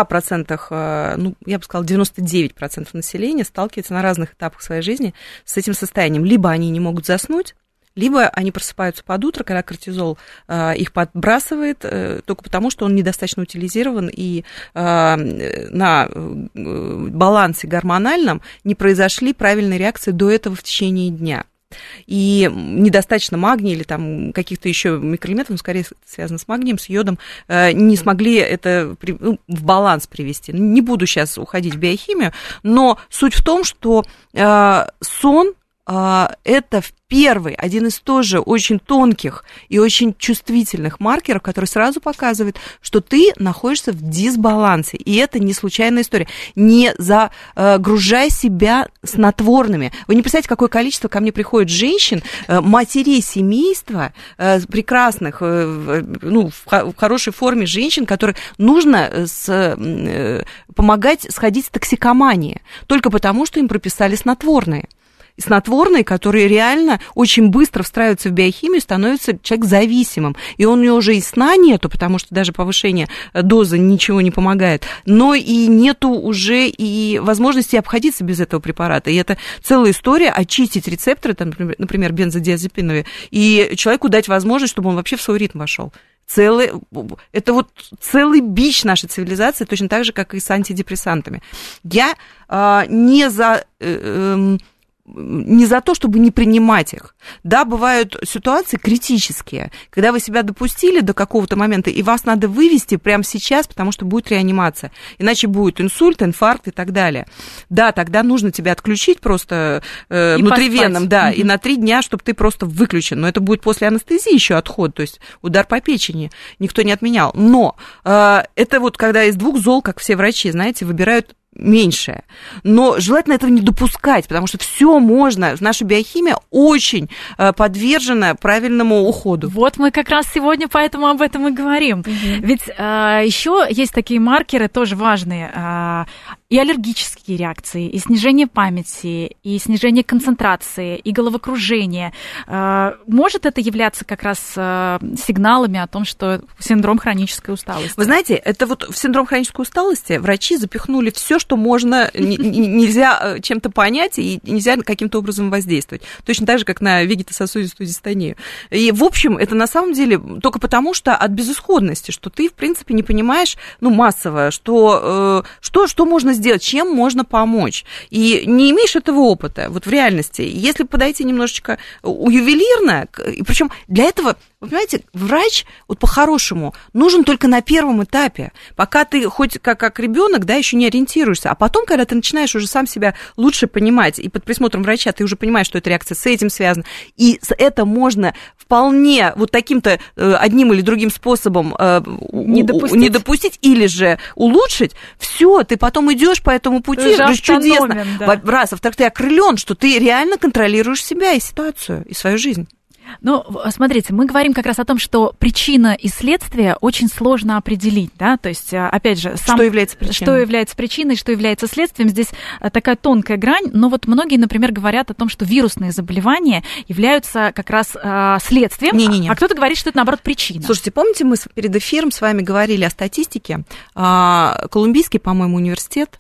100%, я бы сказала, 99% населения сталкивается на разных этапах своей жизни с этим состоянием. Либо они не могут заснуть, либо они просыпаются под утро, когда кортизол их подбрасывает, только потому, что он недостаточно утилизирован, и на балансе гормональном не произошли правильные реакции до этого в течение дня. И недостаточно магния или там каких-то еще микроэлементов, скорее связано с магнием, с йодом, не смогли это в баланс привести. Не буду сейчас уходить в биохимию, но суть в том, что сон это один из тоже очень тонких и очень чувствительных маркеров, который сразу показывает, что ты находишься в дисбалансе. И это не случайная история. Не загружай себя снотворными. Вы не представляете, какое количество ко мне приходит женщин, матерей семейства, прекрасных, в хорошей форме женщин, которым нужно помогать сходить с токсикомании. Только потому, что им прописали снотворные. Снотворные, которые реально очень быстро встраиваются в биохимию, становится человек зависимым. И у него уже и сна нету, потому что даже повышение дозы ничего не помогает, но и нету уже и возможности обходиться без этого препарата. И это целая история очистить рецепторы, там, например, бензодиазепиновые, и человеку дать возможность, чтобы он вообще в свой ритм вошел. Это вот целый бич нашей цивилизации, точно так же, как и с антидепрессантами. Я не за то, чтобы не принимать их. Да, бывают ситуации критические, когда вы себя допустили до какого-то момента, и вас надо вывести прямо сейчас, потому что будет реанимация. Иначе будет инсульт, инфаркт и так далее. Да, тогда нужно тебя отключить просто внутривенным, да, и на 3 дня, чтобы ты просто выключен. Но это будет после анестезии еще отход, то есть удар по печени. Никто не отменял. Но это вот когда из 2 зол, как все врачи, знаете, выбирают меньшее. Но желательно этого не допускать, потому что все можно. Наша биохимия очень подвержена правильному уходу. Вот мы как раз сегодня поэтому об этом и говорим. Ведь еще есть такие маркеры тоже важные. И аллергические реакции, и снижение памяти, и снижение концентрации, и головокружение. Может это являться как раз сигналами о том, что синдром хронической усталости? Вы знаете, это вот в синдром хронической усталости врачи запихнули все, что можно, нельзя чем-то понять, и нельзя каким-то образом воздействовать. Точно так же, как на вегетососудистую дистонию. И, в общем, это на самом деле только потому, что от безысходности, что ты, в принципе, не понимаешь, массово, что можно сделать, чем можно помочь. И не имеешь этого опыта, вот в реальности. Если подойти немножечко ювелирно, и причем для этого Вы понимаете, врач вот по-хорошему нужен только на первом этапе, пока ты хоть как ребенок, да, еще не ориентируешься, а потом, когда ты начинаешь уже сам себя лучше понимать, и под присмотром врача ты уже понимаешь, что эта реакция с этим связана, и это можно вполне вот таким-то одним или другим способом не допустить или же улучшить, все, ты потом идешь по этому пути, это чудесно. Да. Раз, а во-вторых, ты окрылен, что ты реально контролируешь себя и ситуацию, и свою жизнь. Ну, смотрите, мы говорим как раз о том, что причина и следствие очень сложно определить, да, то есть, опять же, что является причиной, что является следствием, здесь такая тонкая грань, но вот многие, например, говорят о том, что вирусные заболевания являются как раз следствием, а кто-то говорит, что это, наоборот, причина. Слушайте, помните, мы перед эфиром с вами говорили о статистике, Колумбийский, по-моему, университет,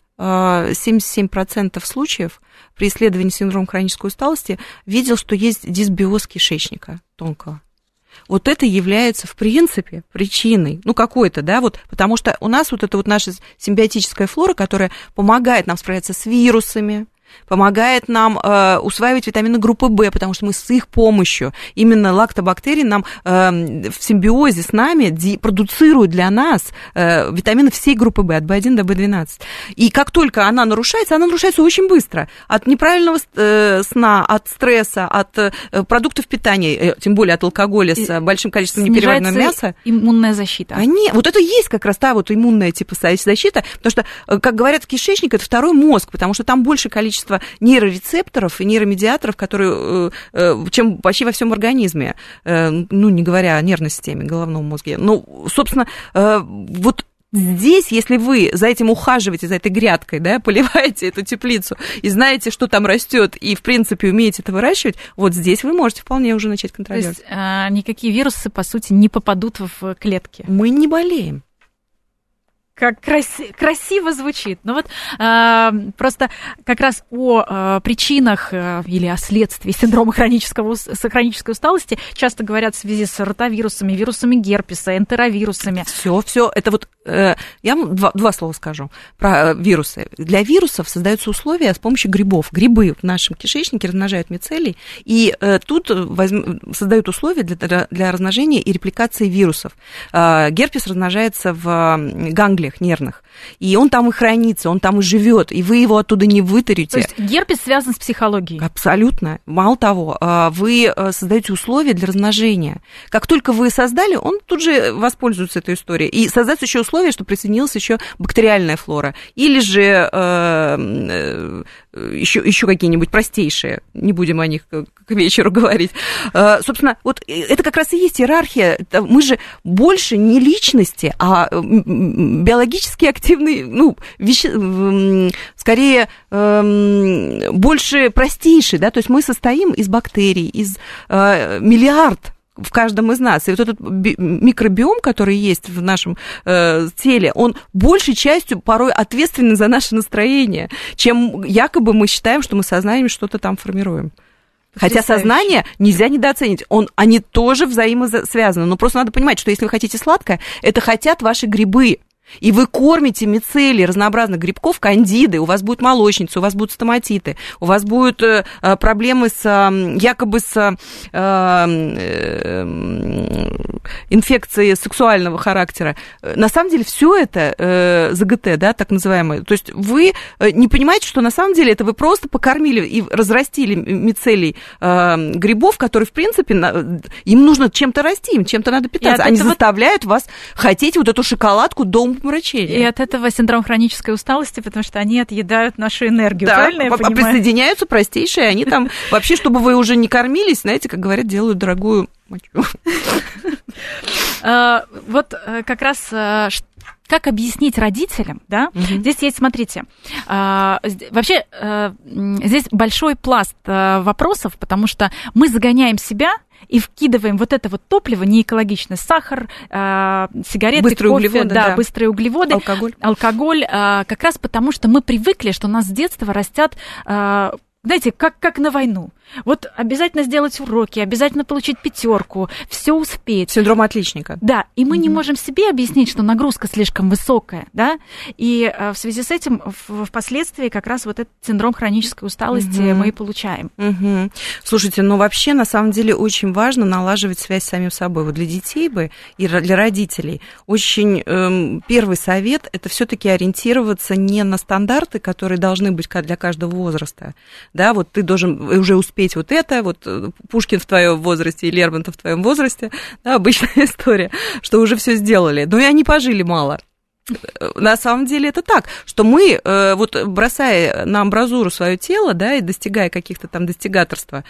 77% случаев при исследовании синдрома хронической усталости видел, что есть дисбиоз кишечника тонкого. Вот это является, в принципе, причиной, ну, какой-то, да, вот, потому что у нас вот это вот наша симбиотическая флора, которая помогает нам справляться с вирусами, помогает нам усваивать витамины группы В, потому что мы с их помощью, именно лактобактерии нам в симбиозе с нами продуцируют для нас витамины всей группы В, от В1 до В12. И как только она нарушается очень быстро. От неправильного сна, от стресса, от продуктов питания, тем более от алкоголя с большим количеством непереваренного мяса. Иммунная защита. Вот это есть как раз та вот иммунная типа защита, потому что, как говорят, кишечник – это второй мозг, потому что там больше количество нейрорецепторов и нейромедиаторов, которые, чем почти во всем организме, ну, не говоря о нервной системе, головном мозге. Ну, собственно, вот здесь, если вы за этим ухаживаете, за этой грядкой, да, поливаете эту теплицу и знаете, что там растет, и, в принципе, умеете это выращивать, вот здесь вы можете вполне уже начать контролировать. То есть никакие вирусы, по сути, не попадут в клетки? Мы не болеем. Как красиво звучит. Ну вот просто как раз о причинах или о следствии синдрома хронической усталости часто говорят в связи с ротавирусами, вирусами герпеса, энтеровирусами. Все. Это вот я вам два слова скажу про вирусы. Для вирусов создаются условия с помощью грибов. Грибы в нашем кишечнике размножают мицелий, и тут создают условия для размножения и репликации вирусов. Герпес размножается в ганглиях нервных, и он там и хранится, он там и живет, и вы его оттуда не вытарите. То есть герпес связан с психологией? Абсолютно. Мало того, вы создаете условия для размножения. Как только вы создали, он тут же воспользуется этой историей. И создается еще условие, что присоединилась еще бактериальная флора. Или же еще какие-нибудь простейшие, не будем о них к вечеру говорить. Собственно, вот это как раз и есть иерархия. Мы же больше не личности, а биологически активные, ну, скорее, больше простейшие, да, то есть мы состоим из бактерий, из миллиард в каждом из нас. И вот этот микробиом, который есть в нашем теле, он большей частью порой ответственен за наше настроение, чем якобы мы считаем, что мы сознанием что-то там формируем. Хотя сознание нельзя недооценить. Они тоже взаимосвязаны. Но просто надо понимать, что если вы хотите сладкое, это хотят ваши грибы. И вы кормите мицелий разнообразных грибков, кандиды, у вас будет молочница, у вас будут стоматиты, у вас будут проблемы якобы с инфекцией сексуального характера. На самом деле все это ЗГТ, да, так называемое. То есть вы не понимаете, что на самом деле это вы просто покормили и разрастили мицелий грибов, которые, в принципе, им нужно чем-то расти, им чем-то надо питаться. Они заставляют вас хотеть вот эту шоколадку до умопомрачения. И от этого синдром хронической усталости, потому что они отъедают нашу энергию, да, правильно я понимаю? Присоединяются простейшие, они там вообще, чтобы вы уже не кормились, знаете, как говорят, делают дорогую мочу. Вот как раз как объяснить родителям, да? Здесь есть, смотрите, вообще здесь большой пласт вопросов, алкоголь, потому что мы загоняем себя и вкидываем вот это вот топливо, неэкологичное, сахар, сигареты, быстрые кофе, углеводы, да, быстрые углеводы, алкоголь, как раз потому, что мы привыкли, что у нас с детства растят знаете, как на войну. Вот обязательно сделать уроки, обязательно получить 5, все успеть. Синдром отличника. Да, и мы не можем себе объяснить, что нагрузка слишком высокая, да, и в связи с этим впоследствии как раз вот этот синдром хронической усталости мы и получаем. Слушайте, ну вообще на самом деле очень важно налаживать связь с самим собой. Вот для детей бы и для родителей очень первый совет – это все-таки ориентироваться не на стандарты, которые должны быть для каждого возраста, да, вот ты должен уже успеть вот это, вот Пушкин в твоем возрасте и Лермонтов в твоем возрасте, да, обычная история, что уже все сделали, но и они пожили мало. На самом деле это так, что мы, вот бросая на амбразуру свое тело, да, и достигая каких-то там достигаторства,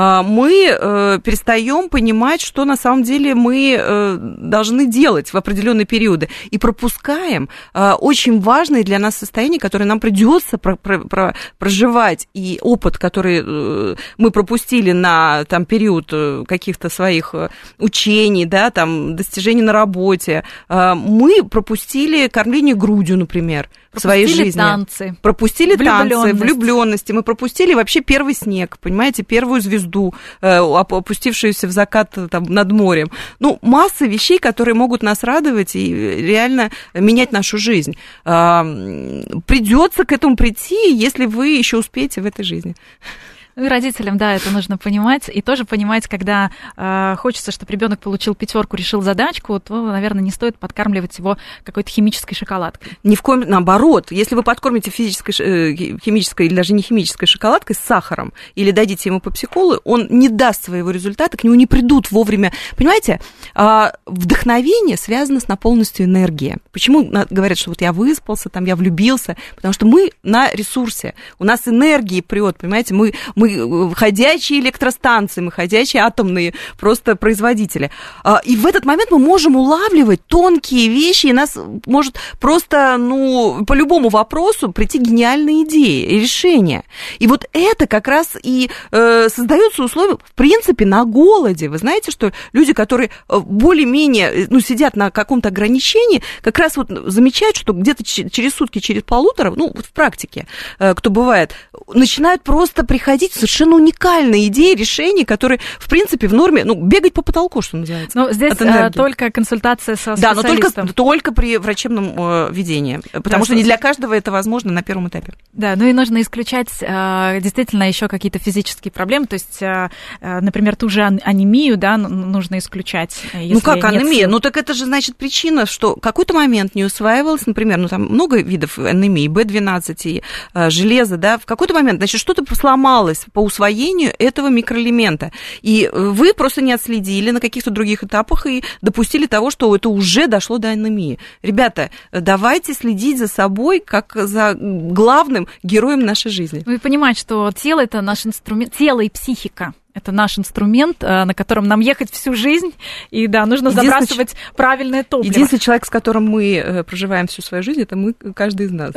мы перестаем понимать, что на самом деле мы должны делать в определенные периоды, и пропускаем очень важные для нас состояния, которые нам придется проживать, и опыт, который мы пропустили на там, период каких-то своих учений, да, там, достижений на работе, мы пропустили кормление грудью, например, в своей жизни. Пропустили танцы, влюбленности. Мы пропустили вообще первый снег, понимаете, первую звезду, опустившуюся в закат там, над морем. Ну, масса вещей, которые могут нас радовать и реально менять нашу жизнь. Придется к этому прийти, если вы еще успеете в этой жизни. Ну и родителям, да, это нужно понимать. И тоже понимать, когда хочется, чтобы ребенок получил 5, решил задачку, то, наверное, не стоит подкармливать его какой-то химической шоколадкой. Ни в коем... Наоборот, если вы подкормите химической или даже не химической шоколадкой с сахаром или дадите ему попсиколы, он не даст своего результата, к нему не придут вовремя. Понимаете, вдохновение связано с наполненностью энергии. Почему говорят, что вот я выспался, там, я влюбился? Потому что мы на ресурсе. У нас энергии прет, понимаете, мы ходячие электростанции, мы ходячие атомные просто производители. И в этот момент мы можем улавливать тонкие вещи, и нас может просто, ну, по любому вопросу прийти гениальные идеи и решения. И вот это как раз и создаются условия, в принципе, на голоде. Вы знаете, что люди, которые более-менее, ну, сидят на каком-то ограничении, как раз вот замечают, что где-то через сутки, через полутора, ну, вот в практике, кто бывает, начинают просто приходить совершенно уникальные идеи, решения, которые, в принципе, в норме, ну, бегать по потолку, что называется. Но здесь только консультация со специалистом. Да, но только при врачебном ведении, потому что не для каждого это возможно на первом этапе. Да, ну и нужно исключать действительно еще какие-то физические проблемы, то есть, например, ту же анемию, да, нужно исключать. Ну как анемия? Сил. Ну так это же, значит, причина, что в какой-то момент не усваивалось, например, ну там много видов анемии, B12 и железо, да, в какой-то момент, значит, что-то сломалось по усвоению этого микроэлемента. И вы просто не отследили на каких-то других этапах и допустили того, что это уже дошло до анемии. Ребята, давайте следить за собой как за главным героем нашей жизни. Вы понимаете, что тело – это наш инструмент, тело и психика. Это наш инструмент, на котором нам ехать всю жизнь, и да, нужно забрасывать правильное топливо. Единственный человек, с которым мы проживаем всю свою жизнь, это мы, каждый из нас.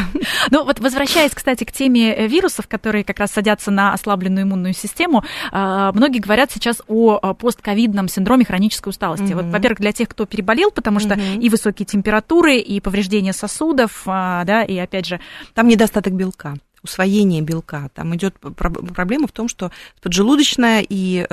Ну вот возвращаясь, кстати, к теме вирусов, которые как раз садятся на ослабленную иммунную систему, многие говорят сейчас о постковидном синдроме хронической усталости. Вот, во-первых, для тех, кто переболел, потому что и высокие температуры, и повреждение сосудов, да, и опять же... Там недостаток белка. Усвоение белка. Там идет проблема в том, что поджелудочная и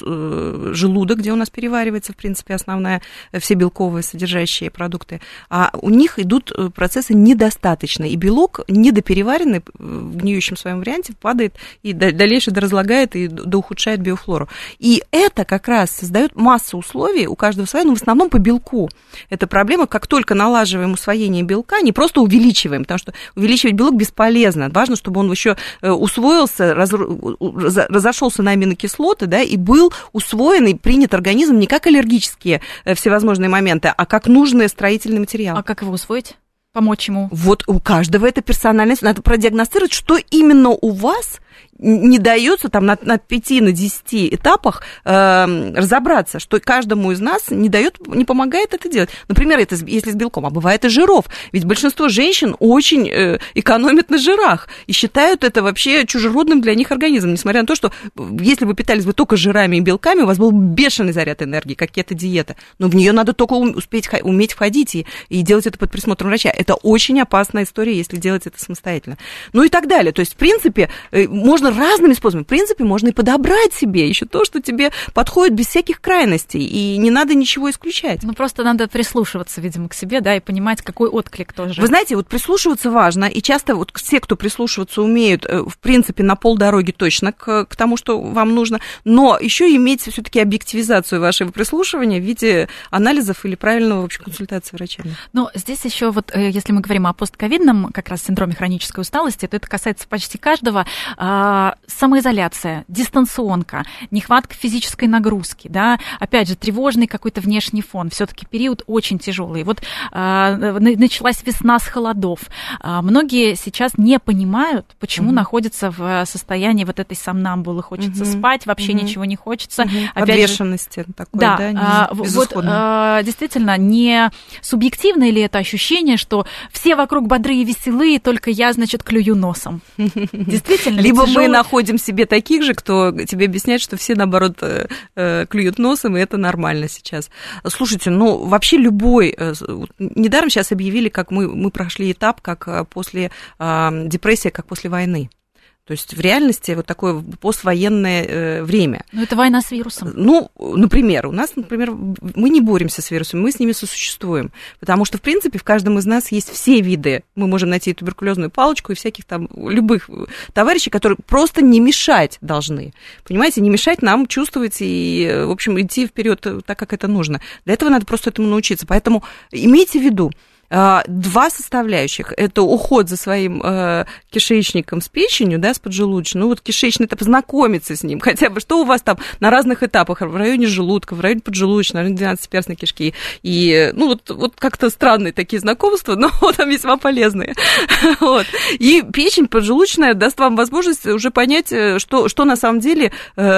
желудок, где у нас переваривается, в принципе, основная, все белковые содержащие продукты, а у них идут процессы недостаточно, и белок, недопереваренный в гниющем своем варианте, падает и дальше доразлагает и доухудшает биофлору. И это как раз создает массу условий, у каждого своя, но в основном по белку. Это проблема, как только налаживаем усвоение белка, не просто увеличиваем, потому что увеличивать белок бесполезно. Важно, чтобы он еще усвоился, разошелся на аминокислоты, да, и был усвоен и принят организмом не как аллергические всевозможные моменты, а как нужный строительный материал. А как его усвоить? Помочь ему? Вот у каждого это персональность. Надо продиагностировать, что именно у вас не дается там на 5, на 10 этапах разобраться, что каждому из нас не помогает это делать. Например, это если с белком, а бывает и жиров. Ведь большинство женщин очень экономят на жирах и считают это вообще чужеродным для них организмом, несмотря на то, что если вы питались бы только жирами и белками, у вас был бешеный заряд энергии, как кето-диета. Но в нее надо только уметь входить и делать это под присмотром врача. Это очень опасная история, если делать это самостоятельно. Ну и так далее. То есть, в принципе, можно разными способами. В принципе, можно и подобрать себе еще то, что тебе подходит без всяких крайностей, и не надо ничего исключать. Ну, просто надо прислушиваться, видимо, к себе, да, и понимать, какой отклик тоже. Вы знаете, вот прислушиваться важно, и часто вот все, кто прислушиваться умеют, в принципе, на полдороги точно к тому, что вам нужно, но еще иметь все-таки объективизацию вашего прислушивания в виде анализов или правильного вообще консультации врача. Но здесь еще вот, если мы говорим о постковидном как раз синдроме хронической усталости, то это касается почти каждого. Самоизоляция, дистанционка, нехватка физической нагрузки, да, опять же, тревожный какой-то внешний фон, все-таки период очень тяжелый. Вот началась весна с холодов. Многие сейчас не понимают, почему находятся в состоянии вот этой сомнамбулы. Хочется спать, вообще ничего не хочется. Подвешенности такой, да, безысходной. Действительно, не субъективно ли это ощущение, что все вокруг бодрые и веселые, только я, значит, клюю носом? Действительно. Либо мы находим себе таких же, кто тебе объясняет, что все, наоборот, клюют носом, и это нормально сейчас. Слушайте, ну, вообще любой... Недаром сейчас объявили, как мы прошли этап, как после депрессии, как после войны. То есть в реальности вот такое поствоенное время. Ну, это война с вирусом. Ну, например, мы не боремся с вирусами, мы с ними сосуществуем. Потому что, в принципе, в каждом из нас есть все виды. Мы можем найти туберкулезную палочку и всяких там любых товарищей, которые просто не мешать должны. Понимаете, не мешать нам чувствовать и, в общем, идти вперед так, как это нужно. Для этого надо просто этому научиться. Поэтому имейте в виду, два составляющих. Это уход за своим кишечником с печенью, да, с поджелудочной. Ну, вот кишечный, это познакомиться с ним хотя бы. Что у вас там на разных этапах, в районе желудка, в районе поджелудочной, в районе 12-перстной кишки. И, ну, вот как-то странные такие знакомства, но там весьма полезные. Вот. И печень поджелудочная даст вам возможность уже понять, что на самом деле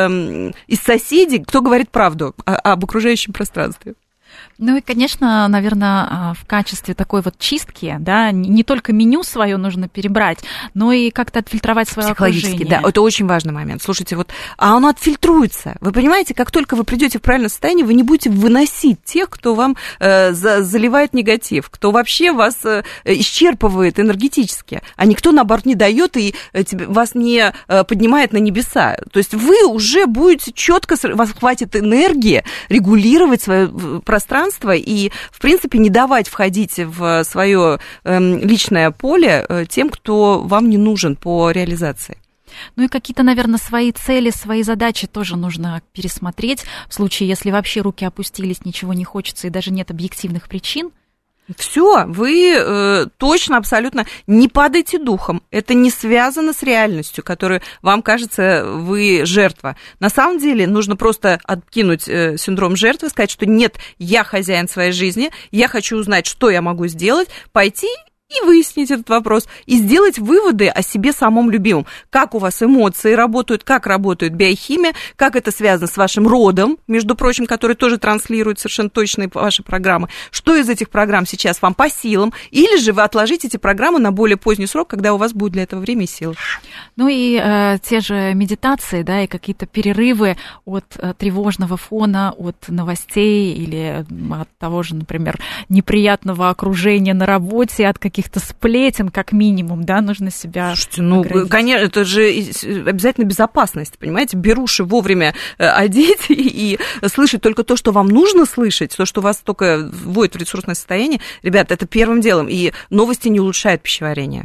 из соседей, кто говорит правду об окружающем пространстве. Ну и, конечно, наверное, в качестве такой вот чистки, да, не только меню свое нужно перебрать, но и как-то отфильтровать свое окружение. Да, это очень важный момент. Слушайте, вот, оно отфильтруется. Вы понимаете, как только вы придете в правильное состояние, вы не будете выносить тех, кто вам заливает негатив, кто вообще вас исчерпывает энергетически, а никто, наоборот, не дает и вас не поднимает на небеса. То есть вы уже будете четко, вас хватит энергии регулировать свое пространство и, в принципе, не давать входить в свое личное поле тем, кто вам не нужен по реализации. Ну и какие-то, наверное, свои цели, свои задачи тоже нужно пересмотреть. В случае, если вообще руки опустились, ничего не хочется и даже нет объективных причин. Все, вы точно, абсолютно не падайте духом. Это не связано с реальностью, которую вам кажется, вы жертва. На самом деле нужно просто откинуть синдром жертвы, сказать, что нет, я хозяин своей жизни, я хочу узнать, что я могу сделать, пойти и выяснить этот вопрос, и сделать выводы о себе самом любимом. Как у вас эмоции работают, как работает биохимия, как это связано с вашим родом, между прочим, который тоже транслирует совершенно точные ваши программы. Что из этих программ сейчас вам по силам, или же вы отложите эти программы на более поздний срок, когда у вас будет для этого время и силы. Ну и те же медитации, да, и какие-то перерывы от тревожного фона, от новостей или от того же, например, неприятного окружения на работе, от каких-то сплетен, как минимум, да, нужно себя Слушайте, ну, оградить. Конечно, это же обязательно безопасность, понимаете, беруши вовремя одеть и слышать только то, что вам нужно слышать, то, что вас только вводит в ресурсное состояние. Ребята, это первым делом, и новости не улучшают пищеварение.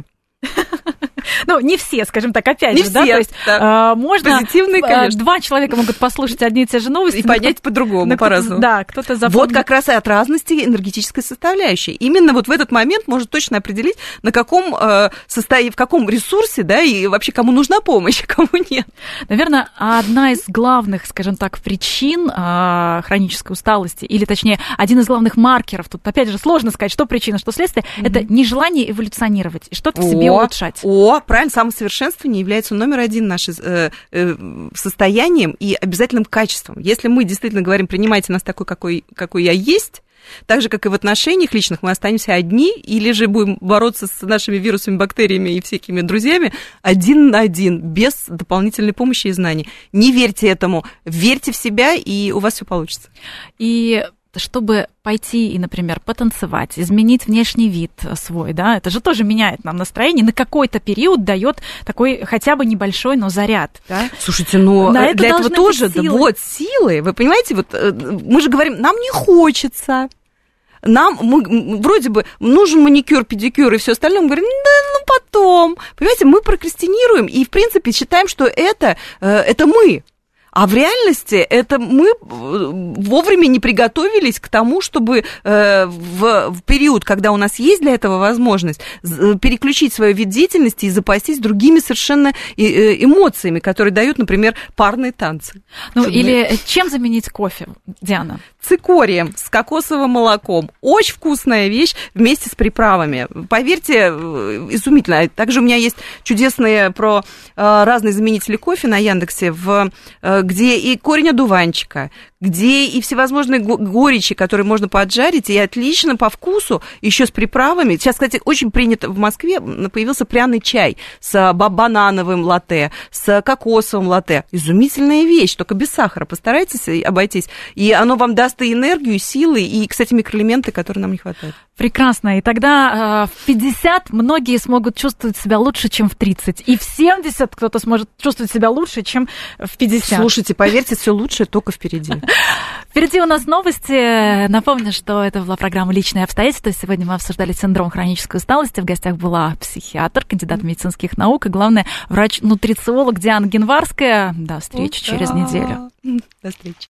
Ну, не все, скажем так, опять не же, все, да, то есть да. Можно, позитивные, конечно. Два человека могут послушать одни и те же новости. И понять по-другому, по-разному. Да, кто-то запомнит. Вот как раз и от разности энергетической составляющей. Именно вот в этот момент можно точно определить, на каком состоянии, в каком ресурсе, да, и вообще кому нужна помощь, а кому нет. Наверное, одна из главных, скажем так, причин хронической усталости, или точнее, один из главных маркеров, тут опять же сложно сказать, что причина, что следствие, это нежелание эволюционировать и что-то в себе улучшать. Правильно, самосовершенствование является номер один нашим состоянием и обязательным качеством. Если мы действительно говорим, принимайте нас такой, какой я есть, так же, как и в отношениях личных, мы останемся одни, или же будем бороться с нашими вирусами, бактериями и всякими друзьями один на один, без дополнительной помощи и знаний. Не верьте этому, верьте в себя, и у вас все получится. И чтобы пойти и, например, потанцевать, изменить внешний вид свой, да, это же тоже меняет нам настроение, на какой-то период дает такой хотя бы небольшой, но заряд, да? Слушайте, но для этого тоже, да, вот, силы, вы понимаете, вот мы же говорим, нам не хочется. Мы вроде бы нужен маникюр, педикюр и все остальное. Мы говорим, да, ну потом. Понимаете, мы прокрастинируем и, в принципе, считаем, что это мы. А в реальности это мы вовремя не приготовились к тому, чтобы в период, когда у нас есть для этого возможность, переключить свой вид деятельности и запастись другими совершенно эмоциями, которые дают, например, парные танцы. Ну, или чем заменить кофе, Диана? Цикорием с кокосовым молоком. Очень вкусная вещь вместе с приправами. Поверьте, изумительно. Также у меня есть чудесные про разные заменители кофе на Яндексе, где и корень одуванчика, где и всевозможные горечи, которые можно поджарить, и отлично по вкусу, еще с приправами. Сейчас, кстати, очень принято в Москве, появился пряный чай с банановым латте, с кокосовым латте. Изумительная вещь, только без сахара. Постарайтесь обойтись. И оно вам даст и энергию, и силы, и, кстати, микроэлементы, которые нам не хватает. Прекрасно. И тогда в 50 многие смогут чувствовать себя лучше, чем в 30. И в 70 кто-то сможет чувствовать себя лучше, чем в 50. Слушайте, поверьте, все лучшее только впереди. Впереди у нас новости. Напомню, что это была программа «Личные обстоятельства». Сегодня мы обсуждали синдром хронической усталости. В гостях была психиатр, кандидат медицинских наук и, главное, врач-нутрициолог Диана Генварская. До встречи через неделю. До встречи.